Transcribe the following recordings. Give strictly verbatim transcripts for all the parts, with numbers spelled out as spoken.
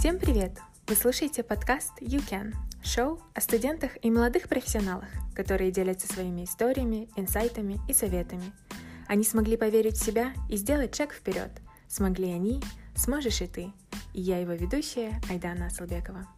Всем привет! Вы слушаете подкаст You Can, шоу о студентах и молодых профессионалах, которые делятся своими историями, инсайтами и советами. Они смогли поверить в себя и сделать шаг вперед. Смогли они, сможешь и ты. И я его ведущая Айдана Асылбекова.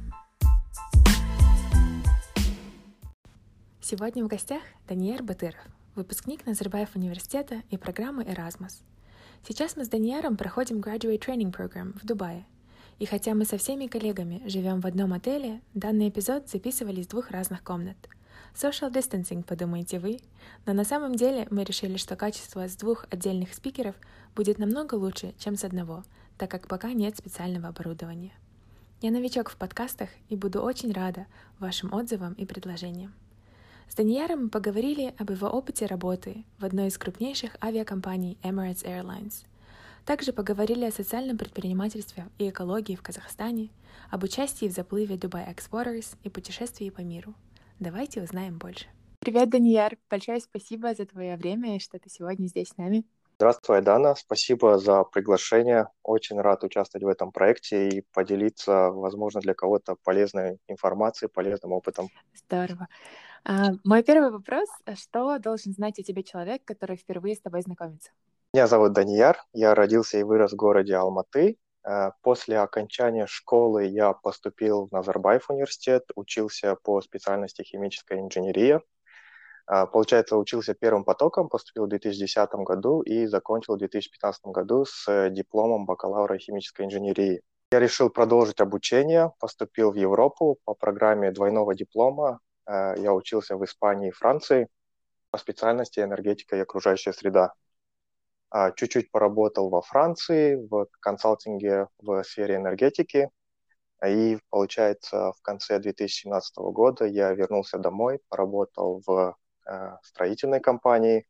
Сегодня в гостях Данияр Батыров, выпускник Назарбаев университета и программы Erasmus. Сейчас мы с Данияром проходим Graduate Training Program в Дубае. И хотя мы со всеми коллегами живем в одном отеле, данный эпизод записывали из двух разных комнат. Social distancing, подумаете вы, но на самом деле мы решили, что качество с двух отдельных спикеров будет намного лучше, чем с одного, так как пока нет специального оборудования. Я новичок в подкастах и буду очень рада вашим отзывам и предложениям. С Данияром мы поговорили об его опыте работы в одной из крупнейших авиакомпаний Emirates Airlines. Также поговорили о социальном предпринимательстве и экологии в Казахстане, об участии в заплыве Dubai Explorers и путешествии по миру. Давайте узнаем больше. Привет, Данияр! Большое спасибо за твое время и что ты сегодня здесь с нами. Здравствуй, Айдана. Спасибо за приглашение. Очень рад участвовать в этом проекте и поделиться, возможно, для кого-то полезной информацией, полезным опытом. Здорово. А, мой первый вопрос. Что должен знать о тебе человек, который впервые с тобой знакомится? Меня зовут Данияр. Я родился и вырос в городе Алматы. После окончания школы я поступил в Назарбаев университет, учился по специальности химическая инженерия. Получается, учился первым потоком, поступил в две тысячи десятом году и закончил в две тысячи пятнадцатом году с дипломом бакалавра химической инженерии. Я решил продолжить обучение, поступил в Европу по программе двойного диплома. Я учился в Испании и Франции по специальности энергетика и окружающая среда. Чуть-чуть поработал во Франции в консалтинге в сфере энергетики. И, получается, в конце две тысячи семнадцатого года я вернулся домой, поработал в строительной компании,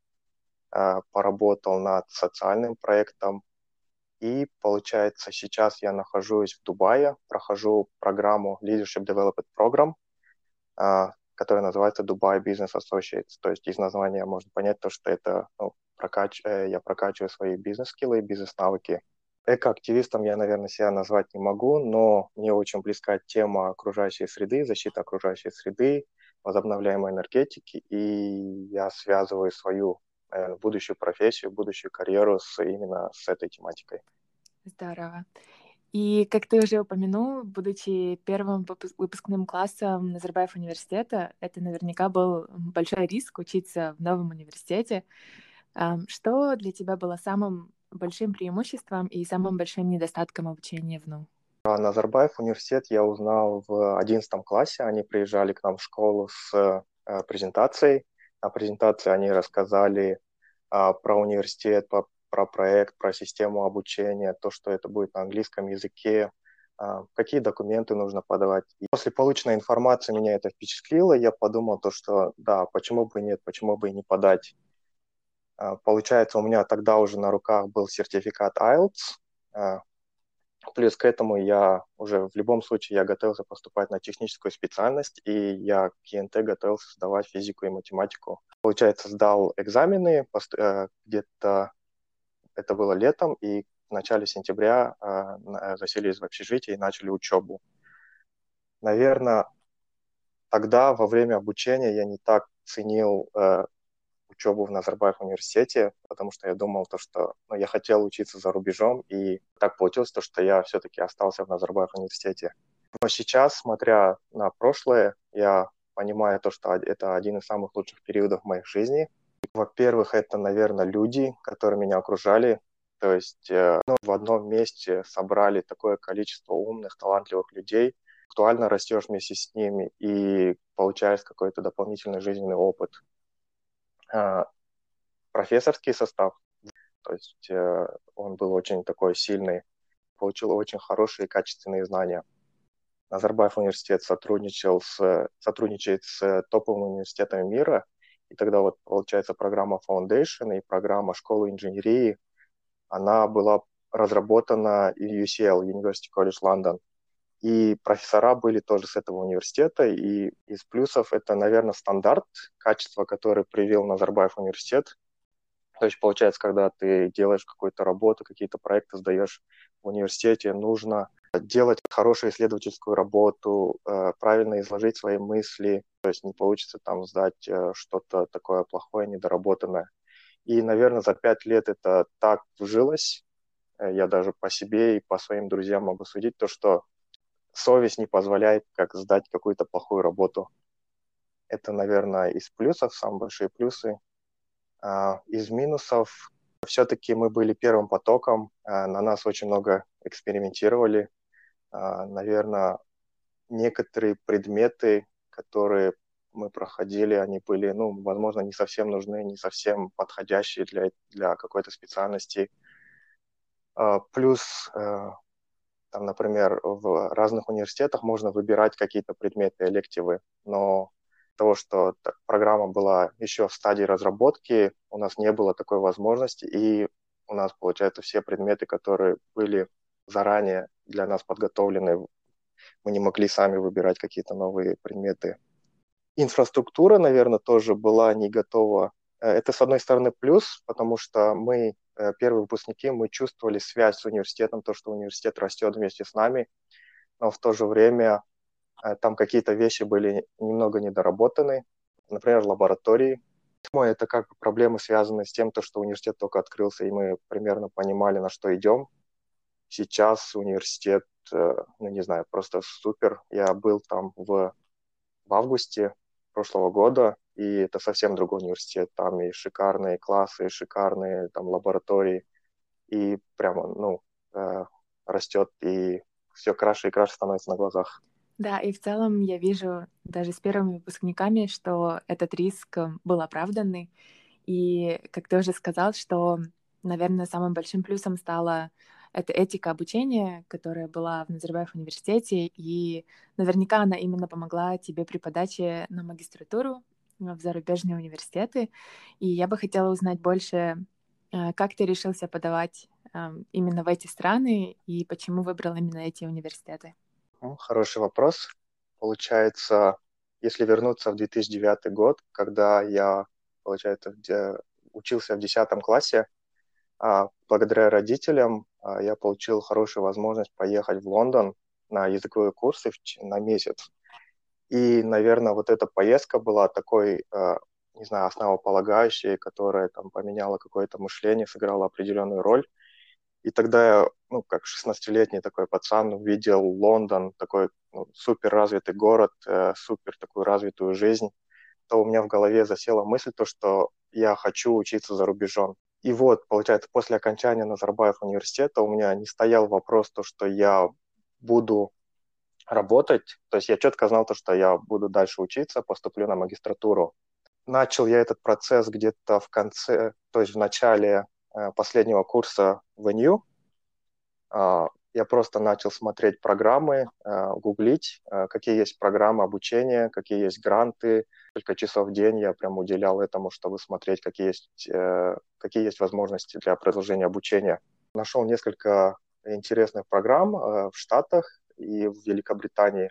поработал над социальным проектом. И, получается, сейчас я нахожусь в Дубае, прохожу программу Leadership Development Program, которая называется Dubai Business Associates. То есть из названия можно понять то, что это ну, прокач... я прокачиваю свои бизнес-скиллы, бизнес-навыки. Экоактивистом я, наверное, себя назвать не могу, но мне очень близка тема окружающей среды, защиты окружающей среды, возобновляемой энергетики, и я связываю свою наверное, будущую профессию, будущую карьеру с, именно с этой тематикой. Здорово. И, как ты уже упомянул, будучи первым выпускным классом Назарбаев университета, это наверняка был большой риск учиться в новом университете. Что для тебя было самым большим преимуществом и самым большим недостатком обучения в НУ? Про Назарбаев университет я узнал в одиннадцатом классе. Они приезжали к нам в школу с э, презентацией. На презентации они рассказали э, про университет, по, про проект, про систему обучения, то, что это будет на английском языке, э, какие документы нужно подавать. И после полученной информации меня это впечатлило. Я подумал, то, что да, почему бы и нет, почему бы и не подать. Э, получается, у меня тогда уже на руках был сертификат ай эл ти эс. Э, Плюс к этому я уже в любом случае я готовился поступать на техническую специальность, и я к ки эн тэ готовился сдавать физику и математику. Получается, сдал экзамены, пост- э, где-то это было летом, и в начале сентября э, заселились в общежитие и начали учебу. Наверное, тогда во время обучения я не так ценил э, учебу в Назарбаев университете, потому что я думал, то, что ну, я хотел учиться за рубежом, и так получилось, то, что я все-таки остался в Назарбаев университете. Но сейчас, смотря на прошлое, я понимаю то, что это один из самых лучших периодов в моей жизни. Во-первых, это, наверное, люди, которые меня окружали. То есть э, ну, в одном месте собрали такое количество умных, талантливых людей. Актуально растешь вместе с ними и получаешь какой-то дополнительный жизненный опыт. Профессорский состав, то есть э, он был очень такой сильный, получил очень хорошие и качественные знания. Назарбаев университет сотрудничал с, сотрудничает с топовыми университетами мира, и тогда вот получается программа Foundation и программа школы инженерии, она была разработана ю си эл, University College London. И профессора были тоже с этого университета, и из плюсов это, наверное, стандарт качества, который привил Назарбаев университет. То есть, получается, когда ты делаешь какую-то работу, какие-то проекты сдаешь в университете, нужно делать хорошую исследовательскую работу, э, правильно изложить свои мысли, то есть не получится там сдать э, что-то такое плохое, недоработанное. И, наверное, за пять лет это так вжилось, э, я даже по себе и по своим друзьям могу судить, то, что совесть не позволяет как сдать какую-то плохую работу. Это, наверное, из плюсов, самые большие плюсы. А, из минусов все-таки мы были первым потоком, а, на нас очень много экспериментировали. А, наверное, некоторые предметы, которые мы проходили, они были, ну, возможно, не совсем нужны, не совсем подходящие для, для какой-то специальности. А, плюс, э, там, например, в разных университетах можно выбирать какие-то предметы, элективы, но того, что программа была еще в стадии разработки, у нас не было такой возможности, и у нас, получается, все предметы, которые были заранее для нас подготовлены, мы не могли сами выбирать какие-то новые предметы. Инфраструктура, наверное, тоже была не готова. Это, с одной стороны, плюс, потому что мы, первые выпускники, мы чувствовали связь с университетом, то, что университет растет вместе с нами, но в то же время там какие-то вещи были немного недоработаны, например, лаборатории. Это как бы проблемы, связанные с тем, то, что университет только открылся, и мы примерно понимали, на что идем. Сейчас университет, ну не знаю, просто супер. Я был там в, в августе прошлого года, и это совсем другой университет. Там и шикарные классы, и шикарные там лаборатории, и прямо, ну, э, растет, и все краше и краше становится на глазах. Да, и в целом я вижу даже с первыми выпускниками, что этот риск был оправданный. И как ты уже сказал, что, наверное, самым большим плюсом стала эта этика обучения, которая была в Назарбаев университете, и наверняка она именно помогла тебе при подаче на магистратуру в зарубежные университеты. И я бы хотела узнать больше, как ты решился подавать именно в эти страны и почему выбрал именно эти университеты. Ну, хороший вопрос. Получается, если вернуться в две тысячи девятый год, когда я, получается, учился в десятом классе, благодаря родителям я получил хорошую возможность поехать в Лондон на языковые курсы на месяц. И, наверное, вот эта поездка была такой, не знаю, основополагающей, которая там поменяла какое-то мышление, сыграла определенную роль. И тогда я, ну, как шестнадцатилетний такой пацан, увидел Лондон, такой ну, супер развитый город, э, супер такую развитую жизнь, то у меня в голове засела мысль, то, что я хочу учиться за рубежом. И вот, получается, после окончания Назарбаев университета у меня не стоял вопрос, то, что я буду работать, то есть я четко знал то, что я буду дальше учиться, поступлю на магистратуру. Начал я этот процесс где-то в конце, то есть в начале последнего курса в эн ю. Я просто начал смотреть программы, гуглить, какие есть программы обучения, какие есть гранты. Несколько часов в день я прям уделял этому, чтобы смотреть, какие есть, какие есть возможности для продолжения обучения. Нашел несколько интересных программ в Штатах и в Великобритании.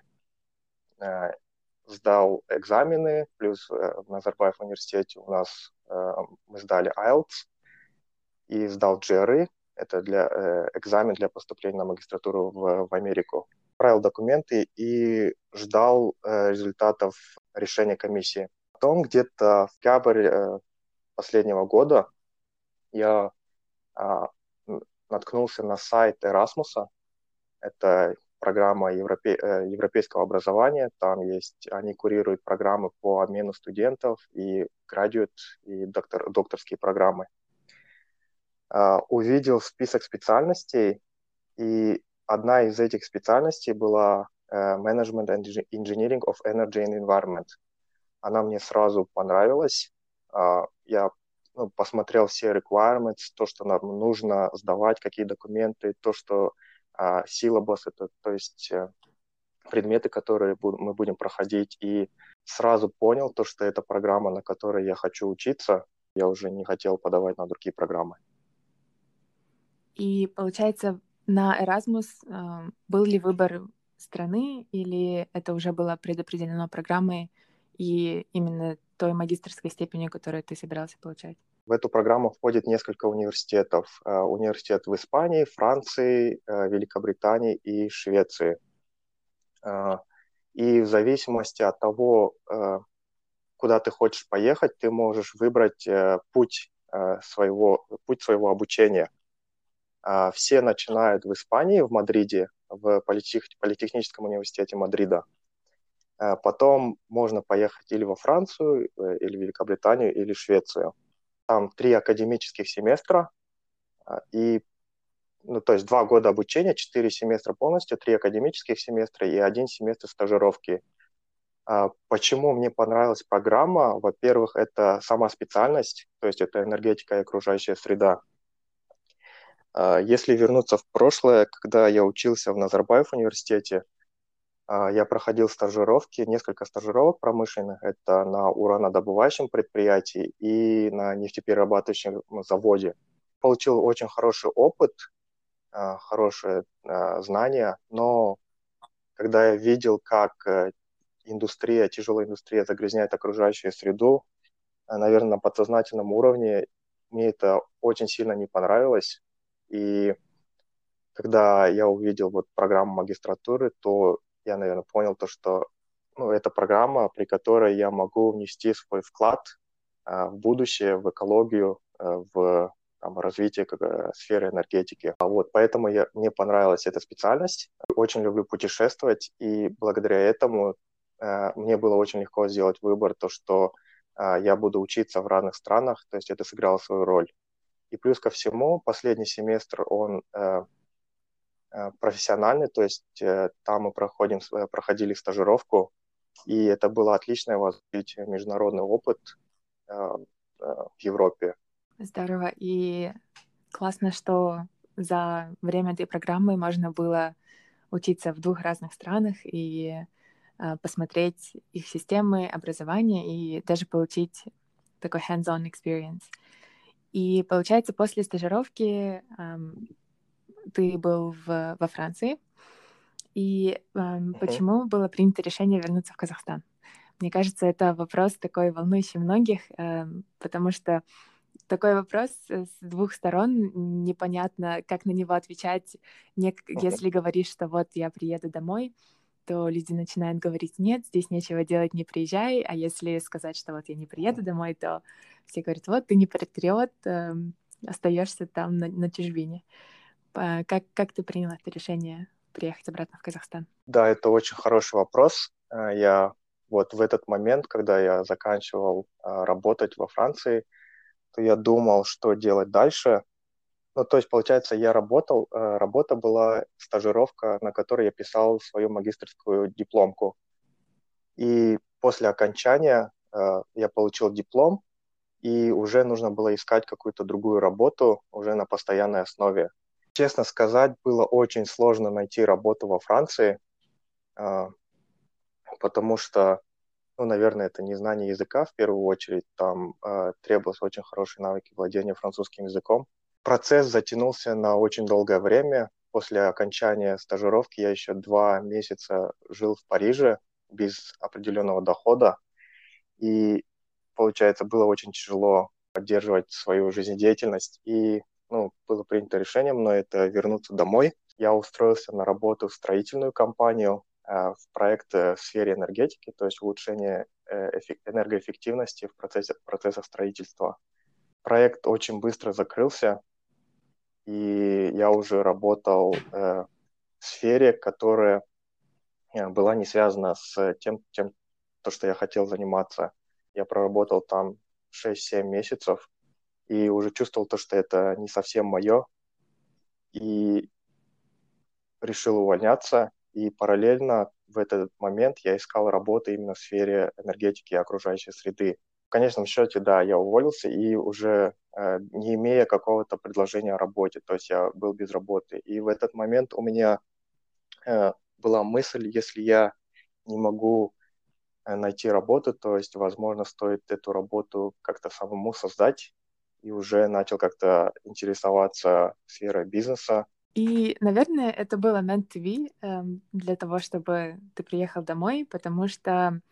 Сдал экзамены, плюс в Назарбаев университете у нас мы сдали ай эл ти эс и сдал джи ар и. Это для, э, экзамен для поступления на магистратуру в, в Америку. Отправил документы и ждал э, результатов решения комиссии. Потом где-то в декабре э, последнего года я э, наткнулся на сайт Erasmus. Это программа европе, э, европейского образования. Там есть, они курируют программы по обмену студентов и graduate, и доктор, докторские программы. Uh, увидел список специальностей, и одна из этих специальностей была uh, Management and Engineering of Energy and Environment. Она мне сразу понравилась. Uh, я ну, посмотрел все requirements, то, что нам нужно сдавать, какие документы, то, что uh, syllabus, это, то есть uh, предметы, которые буд- мы будем проходить, и сразу понял то, что это программа, на которой я хочу учиться. Я уже не хотел подавать на другие программы. И получается, на Erasmus э, был ли выбор страны, или это уже было предопределено программой и именно той магистерской степенью, которую ты собирался получать? В эту программу входит несколько университетов. Университет в Испании, Франции, Великобритании и Швеции. И в зависимости от того, куда ты хочешь поехать, ты можешь выбрать путь своего, путь своего обучения. Все начинают в Испании, в Мадриде, в политех, Политехническом университете Мадрида. Потом можно поехать или во Францию, или в Великобританию, или в Швецию. Там три академических семестра, и, ну, то есть два года обучения, четыре семестра полностью, три академических семестра и один семестр стажировки. Почему мне понравилась программа? Во-первых, это сама специальность, то есть это энергетика и окружающая среда. Если вернуться в прошлое, когда я учился в Назарбаев университете, я проходил стажировки, несколько стажировок промышленных. Это на уранодобывающем предприятии и на нефтеперерабатывающем заводе. Получил очень хороший опыт, хорошие знания, но когда я видел, как индустрия, тяжелая индустрия загрязняет окружающую среду, наверное, на подсознательном уровне мне это очень сильно не понравилось. И когда я увидел вот программу магистратуры, то я, наверное, понял то, что ну, это программа, при которой я могу внести свой вклад э, в будущее, в экологию, э, в там, развитие как, э, сферы энергетики. А вот поэтому я, мне понравилась эта специальность. Очень люблю путешествовать, и благодаря этому э, мне было очень легко сделать выбор, то, что э, я буду учиться в разных странах, то есть это сыграло свою роль. И плюс ко всему, последний семестр, он э, профессиональный, то есть э, там мы проходим, проходили стажировку, и это было отличное возможность международный опыт э, э, в Европе. Здорово. И классно, что за время этой программы можно было учиться в двух разных странах и э, посмотреть их системы образования и даже получить такой hands-on experience. И получается, после стажировки эм, ты был в, во Франции. И эм, Uh-huh. почему было принято решение вернуться в Казахстан? Мне кажется, это вопрос такой волнующий многих, эм, потому что такой вопрос с двух сторон, непонятно, как на него отвечать. Нек- Uh-huh. Если говоришь, что вот я приеду домой, то люди начинают говорить: нет, здесь нечего делать, не приезжай. А если сказать, что вот я не приеду домой, то все говорят: вот ты не патриот, эм, остаешься там на, на чужбине. По- Как, как ты приняла это решение приехать обратно в Казахстан? Да, это очень хороший вопрос. Я вот в этот момент, когда я заканчивал работать во Франции, то я думал, что делать дальше. Ну, то есть, получается, я работал, работа была стажировка, на которой я писал свою магистерскую дипломку. И после окончания я получил диплом, и уже нужно было искать какую-то другую работу уже на постоянной основе. Честно сказать, было очень сложно найти работу во Франции, потому что, ну, наверное, это незнание языка в первую очередь. Там э, требовалось очень хорошие навыки владения французским языком. Процесс затянулся на очень долгое время. После окончания стажировки я еще два месяца жил в Париже без определенного дохода. И, получается, было очень тяжело поддерживать свою жизнедеятельность. И, ну, было принято решение мной это вернуться домой. Я устроился на работу в строительную компанию, в проект в сфере энергетики, то есть улучшение энергоэффективности в процессе, процессах строительства. Проект очень быстро закрылся, и я уже работал в сфере, которая была не связана с тем, тем, то, что я хотел заниматься. Я проработал там шесть-семь месяцев и уже чувствовал то, что это не совсем мое, и решил увольняться. И параллельно в этот момент я искал работу именно в сфере энергетики и окружающей среды. В конечном счете, да, я уволился и уже э, не имея какого-то предложения о работе, то есть я был без работы. И в этот момент у меня э, была мысль, если я не могу э, найти работу, то есть, возможно, стоит эту работу как-то самому создать, и уже начал как-то интересоваться сферой бизнеса. И, наверное, это было meant to be эм, для того, чтобы ты приехал домой, потому что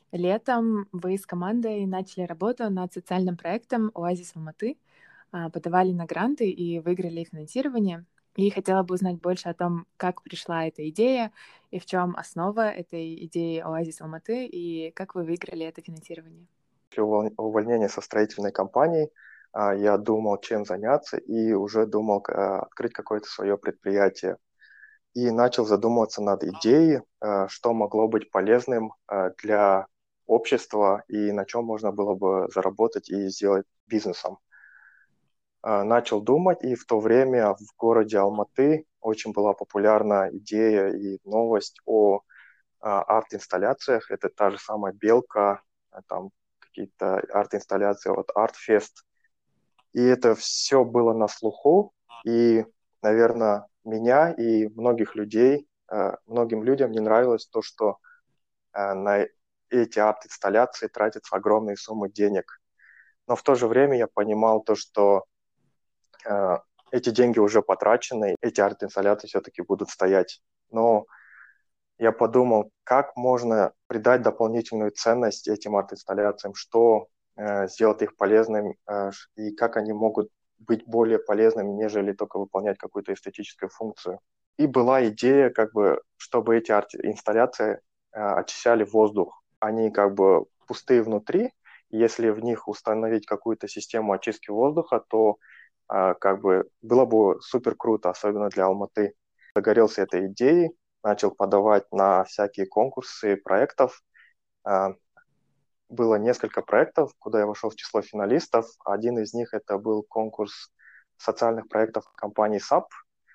Летом вы с командой начали работу над социальным проектом «Оазис Алматы», а, подавали на гранты и выиграли финансирование. И хотела бы узнать больше о том, как пришла эта идея и в чем основа этой идеи «Оазис Алматы» и как вы выиграли это финансирование. После увол- увольнения со строительной компании а, я думал, чем заняться, и уже думал а, открыть какое-то свое предприятие. И начал задумываться над идеей, а, что могло быть полезным а, для общества и на чем можно было бы заработать и сделать бизнесом. А, Начал думать, и в то время в городе Алматы очень была популярна идея и новость о а, арт-инсталляциях. Это та же самая «Белка», а, там какие-то арт-инсталляции от ArtFest. И это все было на слуху, и, наверное, меня и многих людей, э, многим людям не нравилось то, что э, на эти арт-инсталляции тратятся огромные суммы денег. Но в то же время я понимал то, что э, эти деньги уже потрачены, эти арт-инсталляции все-таки будут стоять. Но я подумал, как можно придать дополнительную ценность этим арт-инсталляциям, что э, сделать их полезным э, ш- и как они могут быть более полезными, нежели только выполнять какую-то эстетическую функцию. И была идея, как бы, чтобы эти арт-инсталляции э, очищали воздух. Они как бы пустые внутри, и если в них установить какую-то систему очистки воздуха, то э, как бы было бы супер круто, особенно для Алматы. Загорелся этой идеей, начал подавать на всякие конкурсы проектов. А, Было несколько проектов, куда я вошел в число финалистов. Один из них это был конкурс социальных проектов компании САП.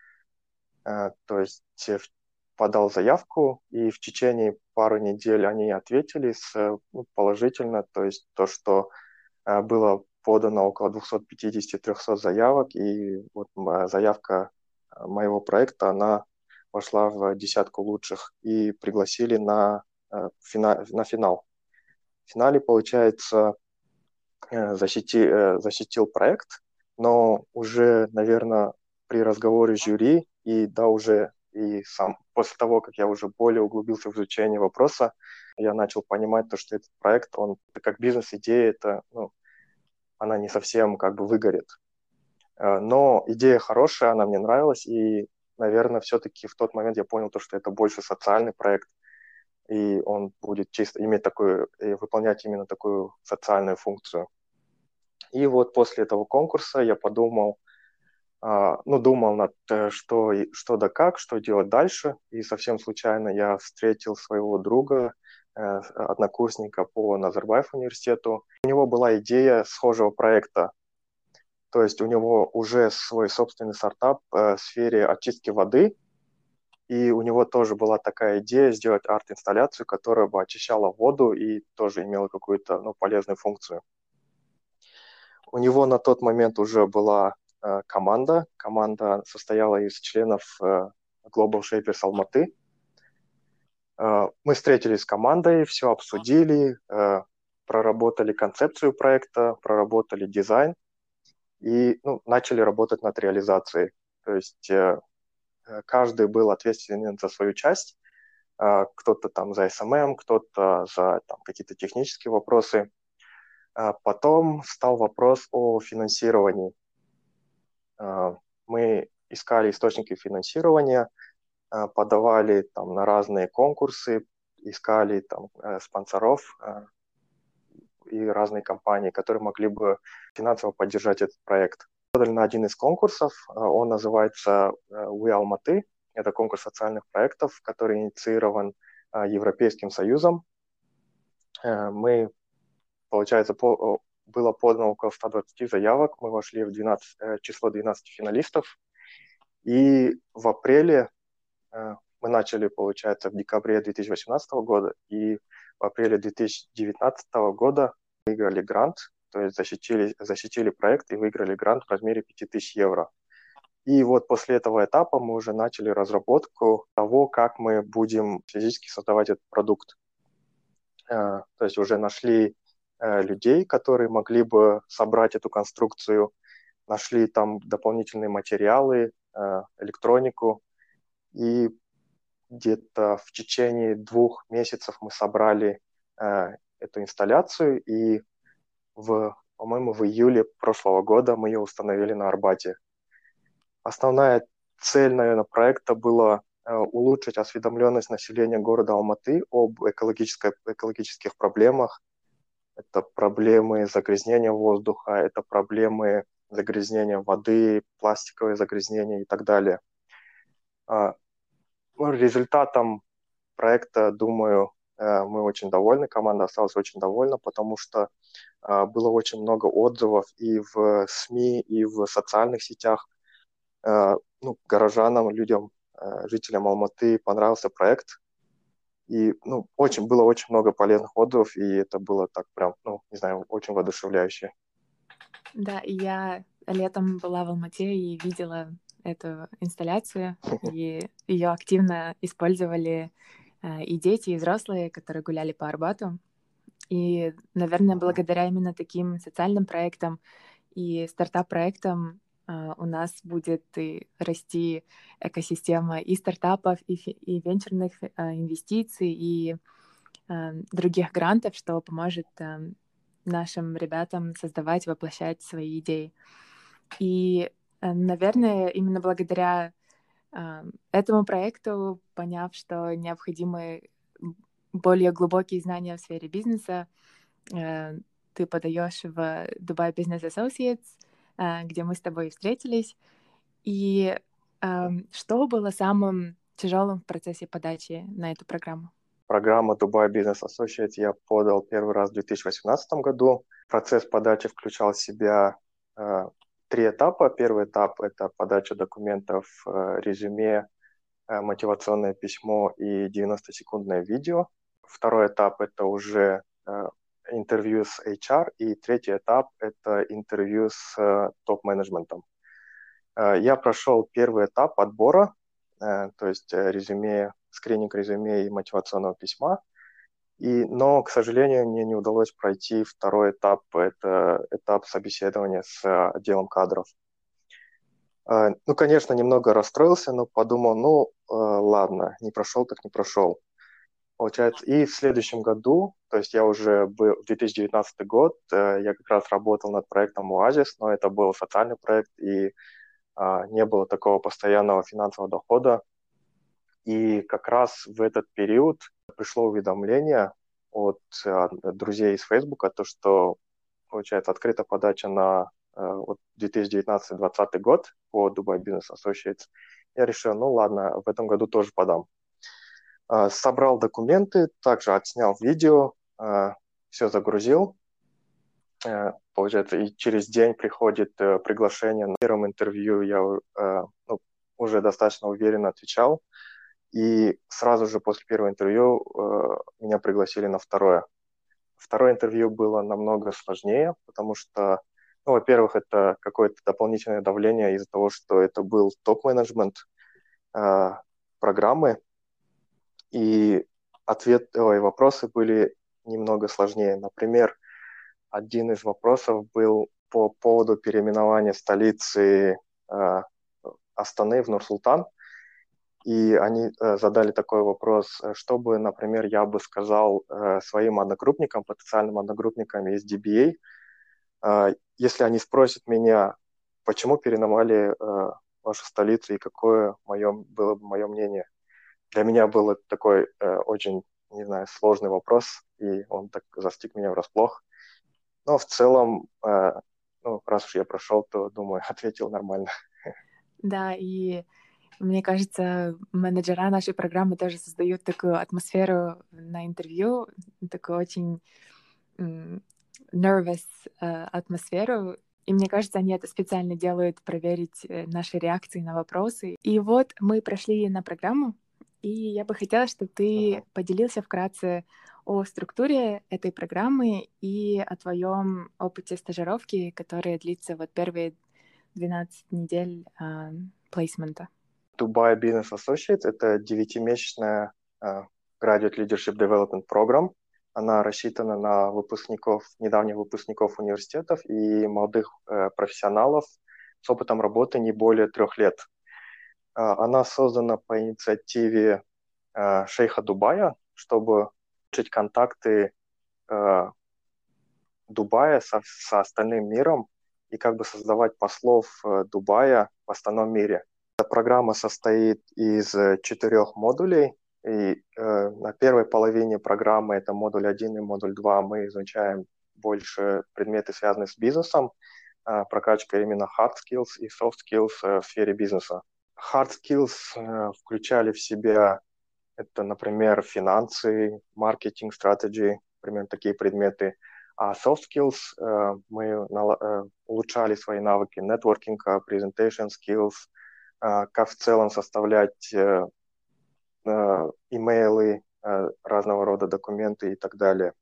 А, То есть э, в- подал заявку, и в течение пары недель они ответили с, э, ну, положительно, то есть то, что э, было подано около двести пятьдесят - триста заявок, и вот м, заявка э, моего проекта, она вошла в десятку лучших и пригласили на, э, фина- на финал. В финале, получается, э, защити, э, защитил проект, но уже, наверное, при разговоре с жюри и да, уже и сам после того, как я уже более углубился в изучение вопроса, я начал понимать то, что этот проект, он как бизнес-идея, это, ну, она не совсем как бы выгорит. Э, Но идея хорошая, она мне нравилась, и, наверное, все-таки в тот момент я понял то, что это больше социальный проект, и он будет чисто иметь такую, и выполнять именно такую социальную функцию. И вот после этого конкурса я подумал, а, ну, думал над э, что, и- что да как, что делать дальше, и совсем случайно я встретил своего друга, э, однокурсника по Назарбаев университету. У него была идея схожего проекта. То есть у него уже свой собственный стартап э, в сфере очистки воды, и у него тоже была такая идея сделать арт-инсталляцию, которая бы очищала воду и тоже имела какую-то, ну, полезную функцию. У него на тот момент уже была э, команда. Команда состояла из членов э, Global Shapers Алматы. Э, мы встретились с командой, все обсудили, э, проработали концепцию проекта, проработали дизайн и, ну, начали работать над реализацией. То есть э, э, каждый был ответственен за свою часть. Э, кто-то там за эс эм эм, кто-то за там, какие-то технические вопросы. А потом встал вопрос о финансировании. Э, Мы искали источники финансирования, э, подавали там на разные конкурсы, искали там э, спонсоров э, и разные компании, которые могли бы финансово поддержать этот проект. Подали на один из конкурсов, э, он называется э, We Almaty. Это конкурс социальных проектов, который инициирован э, Европейским Союзом. Э, Мы, получается, по, было подано около ста двадцати заявок, мы вошли в двенадцать, э, число двенадцати финалистов. И в апреле э, мы начали, получается, в декабре две тысячи восемнадцатого года, и в апреле две тысячи девятнадцатого года выиграли грант, то есть защитили, защитили проект и выиграли грант в размере пяти тысяч евро. И вот после этого этапа мы уже начали разработку того, как мы будем физически создавать этот продукт. Э, То есть уже нашли э, людей, которые могли бы собрать эту конструкцию, нашли там дополнительные материалы, э, электронику, и где-то в течение двух месяцев мы собрали э, эту инсталляцию, и, в, по-моему, в июле прошлого года мы ее установили на Арбате. Основная цель, наверное, проекта была э, улучшить осведомленность населения города Алматы об экологической, экологических проблемах. Это проблемы загрязнения воздуха, это проблемы загрязнения воды, пластиковые загрязнения и так далее. А, ну, результатом проекта, думаю, э, мы очень довольны, команда осталась очень довольна, потому что э, было очень много отзывов и в СМИ, и в социальных сетях. Э, ну, горожанам, людям, э, жителям Алматы понравился проект. И ну, очень, было очень много полезных отзывов, и это было так прям, ну, не знаю, очень воодушевляюще. Да, и я летом была в Алмате и видела эту инсталляцию, и ее активно использовали э, и дети, и взрослые, которые гуляли по Арбату. И, наверное, благодаря именно таким социальным проектам и стартап-проектам э, у нас будет и расти экосистема и стартапов, и, фи- и венчурных э, инвестиций, и э, других грантов, что поможет э, нашим ребятам создавать, воплощать свои идеи. И, э, наверное, именно благодаря э, этому проекту, поняв, что необходимы более глубокие знания в сфере бизнеса, э, ты подаешь в Dubai Business Associates, э, где мы с тобой встретились. И э, что было самым тяжелым в процессе подачи на эту программу? Программу Dubai Business Associate я подал первый раз в две тысячи восемнадцатом году. Процесс подачи включал в себя э, три этапа. Первый этап – это подача документов, э, резюме, э, мотивационное письмо и девяностосекундное видео. Второй этап – это уже э, интервью с эйч ар. И третий этап – это интервью с э, топ-менеджментом. Э, я прошел первый этап отбора, э, то есть э, резюме, скрининг резюме и мотивационного письма. И, но, к сожалению, мне не удалось пройти второй этап, это этап собеседования с отделом кадров. Ну, конечно, немного расстроился, но подумал, ну, ладно, не прошел, так не прошел. Получается, и в следующем году, то есть я уже был, в две тысячи девятнадцатый год, я как раз работал над проектом «Оазис», но это был социальный проект, и не было такого постоянного финансового дохода. И как раз в этот период пришло уведомление от э, друзей из Фейсбука, то, что, получается, открыта подача на э, вот две тысячи девятнадцатый двадцатый год по Dubai Business Associates. Я решил, ну ладно, в этом году тоже подам. Э, собрал документы, также отснял видео, э, все загрузил. Э, получается, и через день приходит э, приглашение. На первом интервью я э, ну, уже достаточно уверенно отвечал. И сразу же после первого интервью э, меня пригласили на второе. Второе интервью было намного сложнее, потому что, ну, во-первых, это какое-то дополнительное давление из-за того, что это был топ-менеджмент э, программы, и ответ, ой, вопросы были немного сложнее. Например, один из вопросов был по поводу переименования столицы э, Астаны в Нур-Султан. И они э, задали такой вопрос, что бы, например, я бы сказал э, своим одногруппникам, потенциальным одногруппникам из ди би эй, э, если они спросят меня, почему переименовали э, вашу столицу и какое мое, было бы мое мнение. Для меня был такой э, очень, не знаю, сложный вопрос, и он так застиг меня врасплох. Но в целом, э, ну, раз уж я прошел, то, думаю, ответил нормально. Да, и мне кажется, менеджера нашей программы тоже создают такую атмосферу на интервью, такую очень м, nervous э, атмосферу. И мне кажется, они это специально делают, проверить э, наши реакции на вопросы. И вот мы прошли на программу, и я бы хотела, чтобы ты Uh-huh. поделился вкратце о структуре этой программы и о твоем опыте стажировки, которая длится вот первые двенадцать недель э, плейсмента. Dubai Business Associates – это девятимесячная uh, Graduate Leadership Development Program. Она рассчитана на выпускников, недавних выпускников университетов и молодых uh, профессионалов с опытом работы не более трех лет. Uh, она создана по инициативе uh, шейха Дубая, чтобы улучшить контакты э, Дубая со, со остальным миром и как бы создавать послов э, Дубая в остальном мире. Эта программа состоит из э, четырех модулей. И э, на первой половине программы, это модуль один и модуль два, мы изучаем больше предметы, связанные с бизнесом, э, прокачка именно hard skills и soft skills э, в сфере бизнеса. Hard skills э, включали в себя, это, например, финансы, маркетинг, strategy, например, такие предметы. А soft skills э, мы э, улучшали свои навыки нетворкинга, presentation skills, э, как в целом составлять э, э, имейлы, э, разного рода документы и так далее.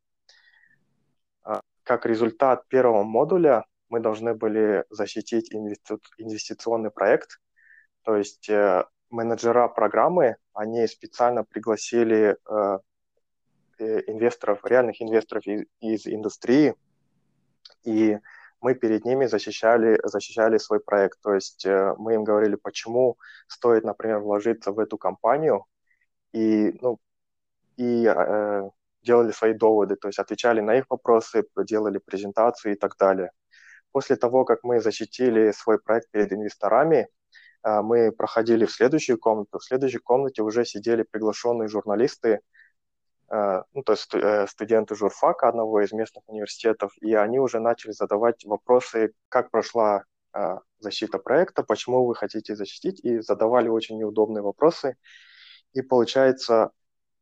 Э, как результат первого модуля мы должны были защитить инвести- инвестиционный проект, то есть э, менеджера программы, они специально пригласили э, инвесторов, реальных инвесторов из, из индустрии, и мы перед ними защищали, защищали свой проект. То есть э, мы им говорили, почему стоит, например, вложиться в эту компанию, и, ну, и э, делали свои доводы, то есть отвечали на их вопросы, делали презентацию и так далее. После того, как мы защитили свой проект перед инвесторами, э, мы проходили в следующую комнату. В следующей комнате уже сидели приглашенные журналисты, ну, то есть студенты журфака одного из местных университетов, и они уже начали задавать вопросы, как прошла защита проекта, почему вы хотите защитить, и задавали очень неудобные вопросы. И получается,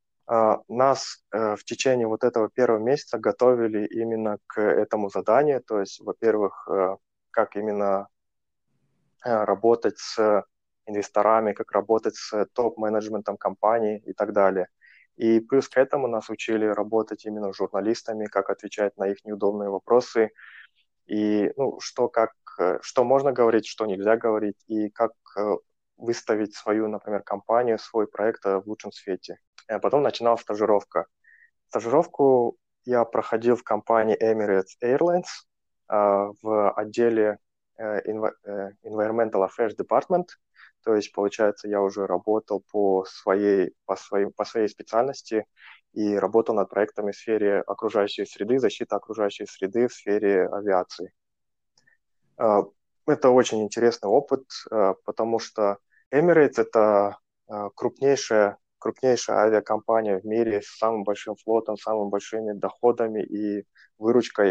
нас в течение вот этого первого месяца готовили именно к этому заданию, то есть, во-первых, как именно работать с инвесторами, как работать с топ-менеджментом компании и так далее. И плюс к этому нас учили работать именно с журналистами, как отвечать на их неудобные вопросы, и ну, что, как, что можно говорить, что нельзя говорить, и как выставить свою, например, компанию, свой проект в лучшем свете. А потом начиналась стажировка. Стажировку я проходил в компании Emirates Airlines в отделе Environmental Affairs Department. То есть, получается, я уже работал по своей, по своей, по своей специальности и работал над проектами в сфере окружающей среды, защиты окружающей среды в сфере авиации. Это очень интересный опыт, потому что Emirates – это крупнейшая, крупнейшая авиакомпания в мире с самым большим флотом, самыми большими доходами и выручкой.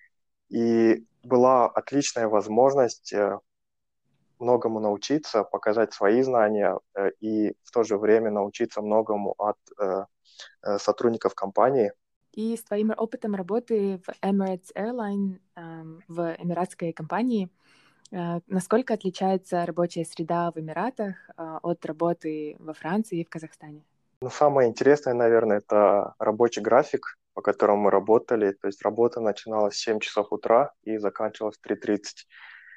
И была отличная возможность многому научиться, показать свои знания э, и в то же время научиться многому от э, э, сотрудников компании. И с твоим опытом работы в Emirates Airline, э, в эмиратской компании, э, насколько отличается рабочая среда в Эмиратах э, от работы во Франции и в Казахстане? Ну, самое интересное, наверное, это рабочий график, по которому мы работали. То есть работа начиналась в семь часов утра и заканчивалась в три тридцать.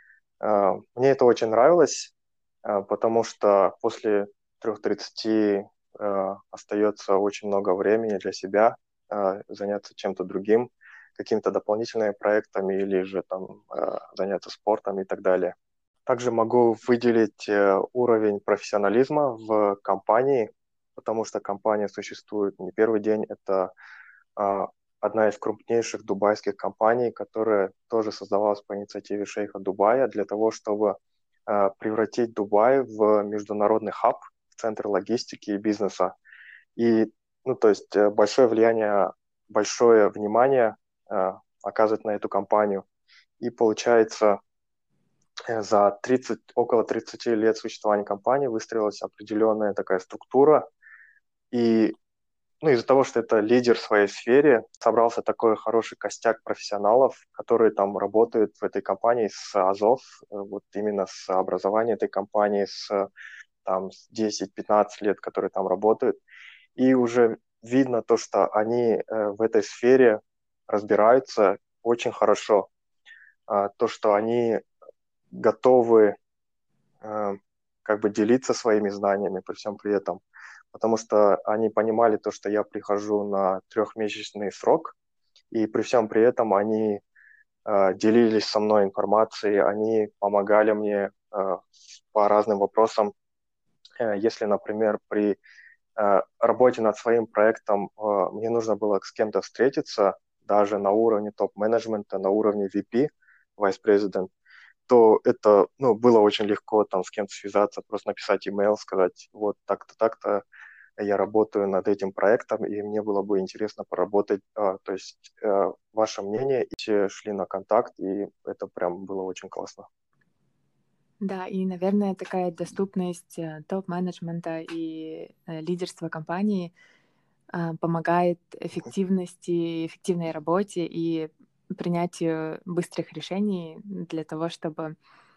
Мне это очень нравилось, потому что после трех тридцати остается очень много времени для себя, заняться чем-то другим, какими-то дополнительными проектами или же там заняться спортом и так далее. Также могу выделить уровень профессионализма в компании, потому что компания существует не первый день. Это одна из крупнейших дубайских компаний, которая тоже создавалась по инициативе шейха Дубая для того, чтобы э, превратить Дубай в международный хаб, в центр логистики и бизнеса. И, ну, то есть большое влияние, большое внимание э, оказывать на эту компанию. И получается, э, за тридцать, около тридцати лет существования компании выстроилась определенная такая структура, и ну, из-за того, что это лидер в своей сфере, собрался такой хороший костяк профессионалов, которые там работают в этой компании с азов, вот именно с образования этой компании, с там, десять-пятнадцать лет, которые там работают. И уже видно то, что они э, в этой сфере разбираются очень хорошо. А, то, что они готовы э, как бы делиться своими знаниями при всем при этом. Потому что они понимали то, что я прихожу на трехмесячный срок, и при всем при этом они э, делились со мной информацией, они помогали мне э, по разным вопросам. Э, если, например, при э, работе над своим проектом э, мне нужно было с кем-то встретиться даже на уровне топ-менеджмента, на уровне ви пи, Vice President, то это, ну, было очень легко там с кем-то связаться, просто написать имейл, сказать, вот так-то, так-то я работаю над этим проектом, и мне было бы интересно поработать. А, то есть а, ваше мнение, и все шли на контакт, и это прям было очень классно. Да, и, наверное, такая доступность э, топ-менеджмента и э, лидерства компании э, помогает эффективности, эффективной работе и принятию быстрых решений для того, чтобы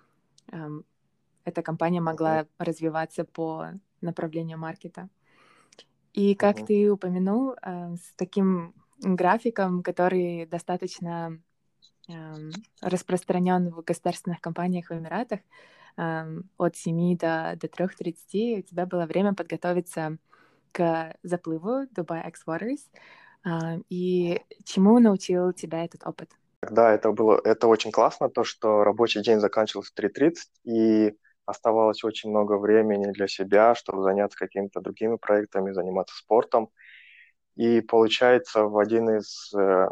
эм, эта компания Мгм, могла развиваться по направлению маркета. И как мгм, ты упомянул, э, с таким графиком, который достаточно эм, распространен в государственных компаниях в Эмиратах, эм, от семи до, до трех тридцати, у тебя было время подготовиться к заплыву Dubai X Waters. А, И чему научил тебя этот опыт? Да, это было, это очень классно, то, что рабочий день заканчивался в три тридцать, и оставалось очень много времени для себя, чтобы заняться какими-то другими проектами, заниматься спортом. И получается, в один из э,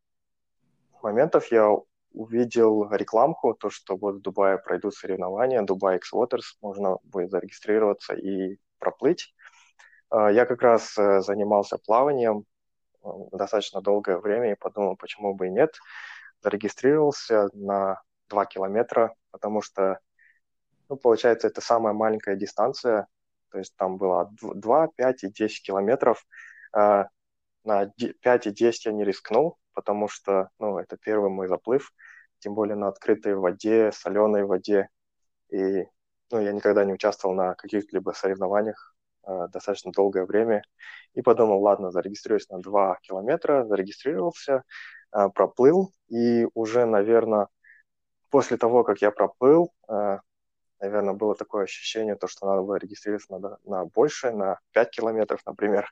моментов я увидел рекламку, то, что вот в Дубае пройдут соревнования, Dubai X Waters, можно будет зарегистрироваться и проплыть. А, Я как раз э, занимался плаванием э, достаточно долгое время и подумал, почему бы и нет. Зарегистрировался на два километра, потому что, ну, получается, это самая маленькая дистанция, то есть там было два, пять и десять километров. А, На пять и десять я не рискнул, потому что, ну, это первый мой заплыв, тем более на открытой воде, соленой воде. И, ну, я никогда не участвовал на каких-либо соревнованиях э, достаточно долгое время. И подумал, ладно, зарегистрируюсь на два километра, зарегистрировался, э, проплыл. И уже, наверное, после того, как я проплыл, э, наверное, было такое ощущение, то, что надо было регистрироваться на, на больше, на пять километров, например.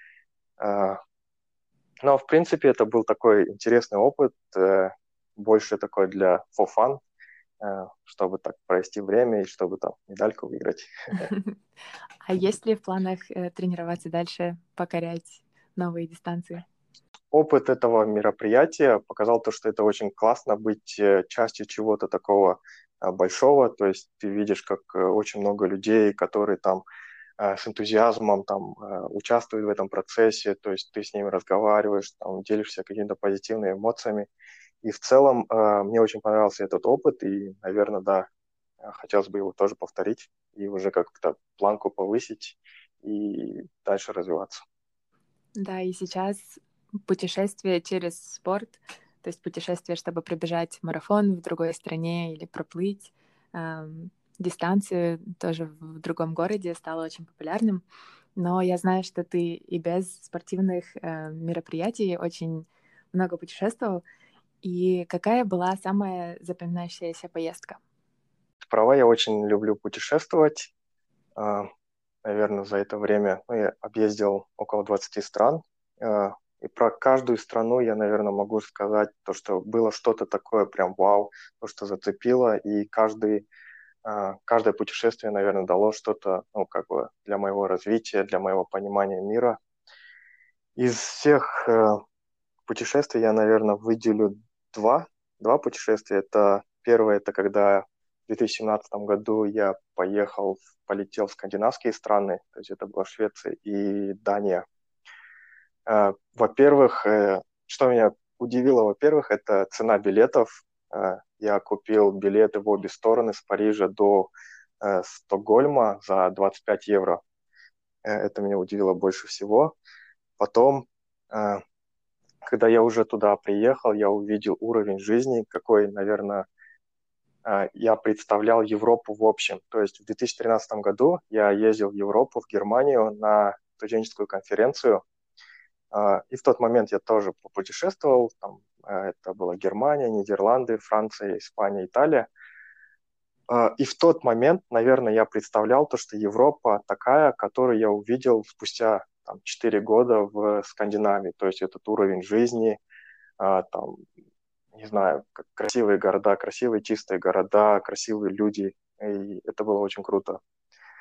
Э, Но, в принципе, это был такой интересный опыт, э, больше такой для for fun, э, чтобы так провести время и чтобы там медальку выиграть. А есть ли в планах э, тренироваться дальше, покорять новые дистанции? Опыт этого мероприятия показал то, что это очень классно быть э, частью чего-то такого э, большого, то есть ты видишь, как э, очень много людей, которые там э, с энтузиазмом там э, участвуют в этом процессе, то есть ты с ними разговариваешь, там, делишься какими-то позитивными эмоциями. И в целом э, мне очень понравился этот опыт, и, наверное, да, э, хотелось бы его тоже повторить и уже как-то планку повысить и дальше развиваться. Да, и сейчас путешествие через спорт, то есть путешествие, чтобы пробежать марафон в другой стране или проплыть эм, дистанцию тоже в другом городе, стало очень популярным. Но я знаю, что ты и без спортивных э, мероприятий очень много путешествовал. И какая была самая запоминающаяся поездка? Справа я очень люблю путешествовать. Э, наверное, за это время ну, я объездил около двадцати стран. Э, и про каждую страну я, наверное, могу сказать то, что было что-то такое прям вау, то, что зацепило, и каждый А, каждое путешествие, наверное, дало что-то, ну, как бы для моего развития, для моего понимания мира. Из всех э, путешествий я, наверное, выделю два, два путешествия. Это первое, это когда в две тысячи семнадцатом году я поехал, в- полетел в скандинавские страны, то есть это была Швеция и Дания. Э, во-первых, э, что меня удивило, во-первых, это цена билетов. Э, я купил билеты в обе стороны с Парижа до э, Стокгольма за двадцать пять евро. Э, это меня удивило больше всего. Потом, э, когда я уже туда приехал, я увидел уровень жизни, какой, наверное, э, я представлял Европу в общем. То есть в две тысячи тринадцатом году я ездил в Европу, в Германию на студенческую конференцию. А, И в тот момент я тоже попутешествовал. Там, э, это была Германия, Нидерланды, Франция, Испания, Италия. А, И в тот момент, наверное, я представлял то, что Европа такая, которую я увидел спустя там, четыре года в Скандинавии. То есть этот уровень жизни, а, там, не знаю, как красивые города, красивые чистые города, красивые люди. И это было очень круто.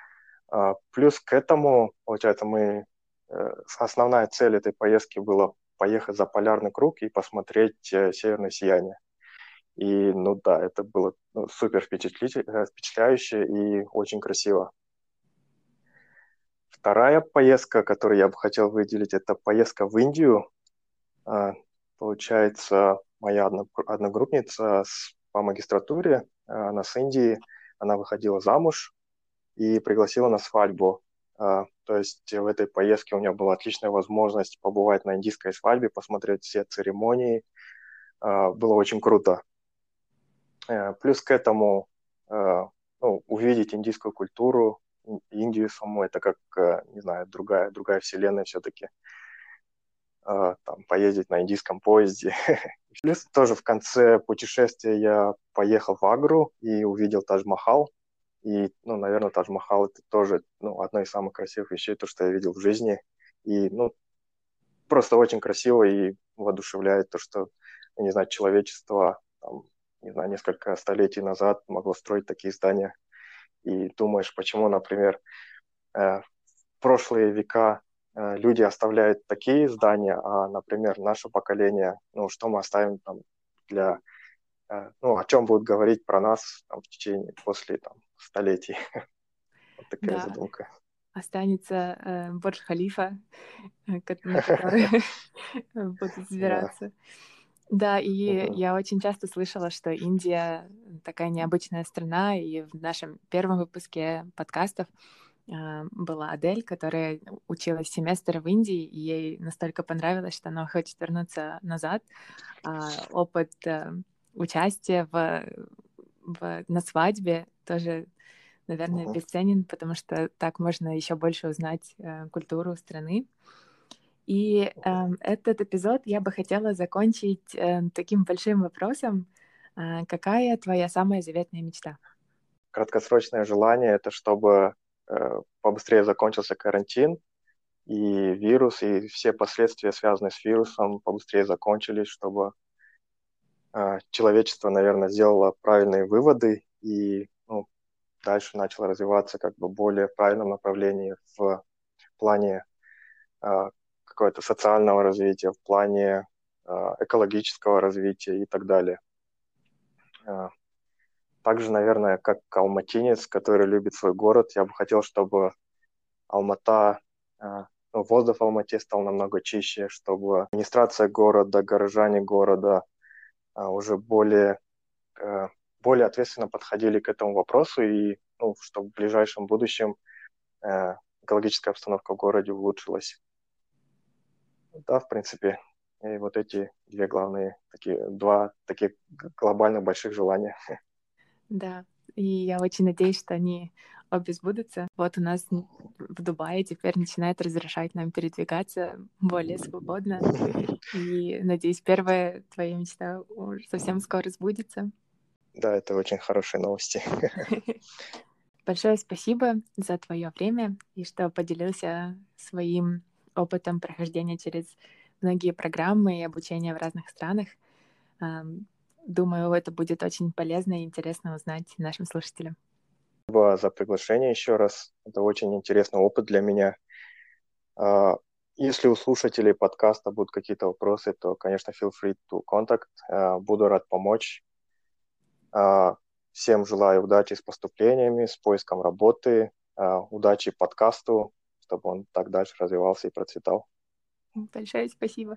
А, Плюс к этому, получается, мы э, основная цель этой поездки была поехать за полярный круг и посмотреть э, северное сияние. И, ну да, это было ну, супер впечатлительно, впечатляюще и очень красиво. Вторая поездка, которую я бы хотел выделить, это поездка в Индию. А, Получается, моя одно- одногруппница с- по магистратуре, а, она с Индии, она выходила замуж и пригласила на свадьбу. А, То есть в этой поездке у меня была отличная возможность побывать на индийской свадьбе, посмотреть все церемонии. А, Было очень круто. Э, Плюс к этому э, ну, увидеть индийскую культуру, Ин- Индию саму, это как, э, не знаю, другая, другая вселенная все-таки. Э, Там, поездить на индийском поезде. Плюс тоже в конце путешествия я поехал в Агру и увидел Тадж-Махал. И, ну, наверное, Тадж-Махал это тоже ну, одно из самых красивых вещей, то, что я видел в жизни. И, ну, просто очень красиво и воодушевляет то, что, не знаю, человечество, там, не знаю, несколько столетий назад могло строить такие здания. И думаешь, почему, например, э, в прошлые века э, люди оставляют такие здания, а, например, наше поколение, ну, что мы оставим там для, э, ну, о чем будут говорить про нас там, в течение, после там, столетий. Вот такая Да, задумка. останется э, Бурдж-Халифа, э, ко- на который будут Да. взбираться. Да, и Мгм. я очень часто слышала, что Индия такая необычная страна, и в нашем первом выпуске подкастов а, была Адель, которая училась семестр в Индии, и ей настолько понравилось, что она хочет вернуться назад. А опыт э, участия в, в, на свадьбе тоже, наверное, Мгм. бесценен, потому что так можно еще больше узнать э, культуру страны. И э, этот эпизод я бы хотела закончить э, таким большим вопросом. А, какая твоя самая заветная мечта? Краткосрочное желание это чтобы э, побыстрее закончился карантин, и вирус, и все последствия, связанные с вирусом, побыстрее закончились, чтобы э, человечество, наверное, сделало правильные выводы и ну, дальше начало развиваться как бы более в правильном направлении в плане э, какого-то социального развития, в плане э, экологического развития и так далее. Э, Также, наверное, как алматинец, который любит свой город, я бы хотел, чтобы Алмата, э, ну, воздух в Алмате стал намного чище, чтобы администрация города, горожане города а, уже более, э, более ответственно подходили к этому вопросу и ну, чтобы в ближайшем будущем э, экологическая обстановка в городе улучшилась. Да, в принципе, и вот эти две главные, такие, два таких глобально больших желания. Да, и я очень надеюсь, что они обе сбудутся. Вот у нас н- в Дубае теперь начинает разрешать нам передвигаться более свободно. И надеюсь, первая твоя мечта уже совсем скоро сбудется. Да, это очень хорошие новости. Большое спасибо за твое время и что поделился своим опытом прохождения через многие программы и обучения в разных странах. Ам, Думаю, это будет очень полезно и интересно узнать нашим слушателям. Спасибо за приглашение еще раз. Это очень интересный опыт для меня. А, Если у слушателей подкаста будут какие-то вопросы, то, конечно, feel free to contact. А, Буду рад помочь. А, Всем желаю удачи с поступлениями, с поиском работы, а, удачи подкасту, чтобы он так дальше развивался и процветал. Большое спасибо.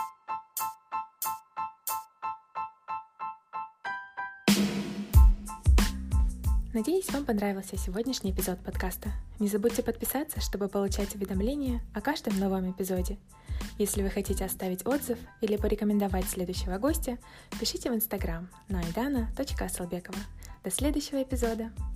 Надеюсь, вам понравился сегодняшний эпизод подкаста. Не забудьте подписаться, чтобы получать уведомления о каждом новом эпизоде. Если вы хотите оставить отзыв или порекомендовать следующего гостя, пишите в Инстаграм на айдана точка асылбекова. До следующего эпизода!